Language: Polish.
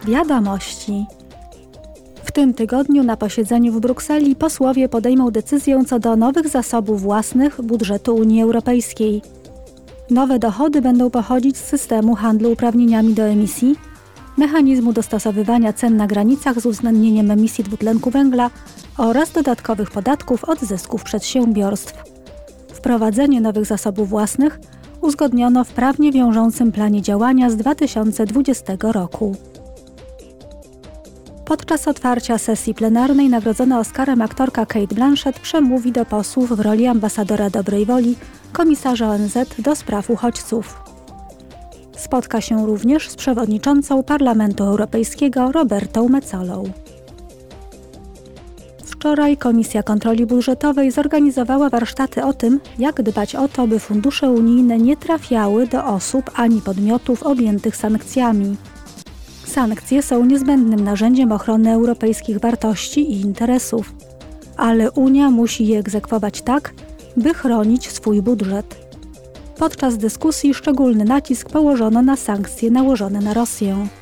Wiadomości. W tym tygodniu na posiedzeniu w Brukseli posłowie podejmą decyzję co do nowych zasobów własnych budżetu Unii Europejskiej. Nowe dochody będą pochodzić z systemu handlu uprawnieniami do emisji, mechanizmu dostosowywania cen na granicach z uwzględnieniem emisji dwutlenku węgla oraz dodatkowych podatków od zysków przedsiębiorstw. Wprowadzenie nowych zasobów własnych uzgodniono w prawnie wiążącym planie działania z 2020 roku. Podczas otwarcia sesji plenarnej nagrodzona Oscarem aktorka Cate Blanchett przemówi do posłów w roli ambasadora dobrej woli komisarza ONZ do spraw uchodźców. Spotka się również z przewodniczącą Parlamentu Europejskiego Robertą Metzolą. Wczoraj Komisja Kontroli Budżetowej zorganizowała warsztaty o tym, jak dbać o to, by fundusze unijne nie trafiały do osób ani podmiotów objętych sankcjami. Sankcje są niezbędnym narzędziem ochrony europejskich wartości i interesów, ale Unia musi je egzekwować tak, by chronić swój budżet. Podczas dyskusji szczególny nacisk położono na sankcje nałożone na Rosję.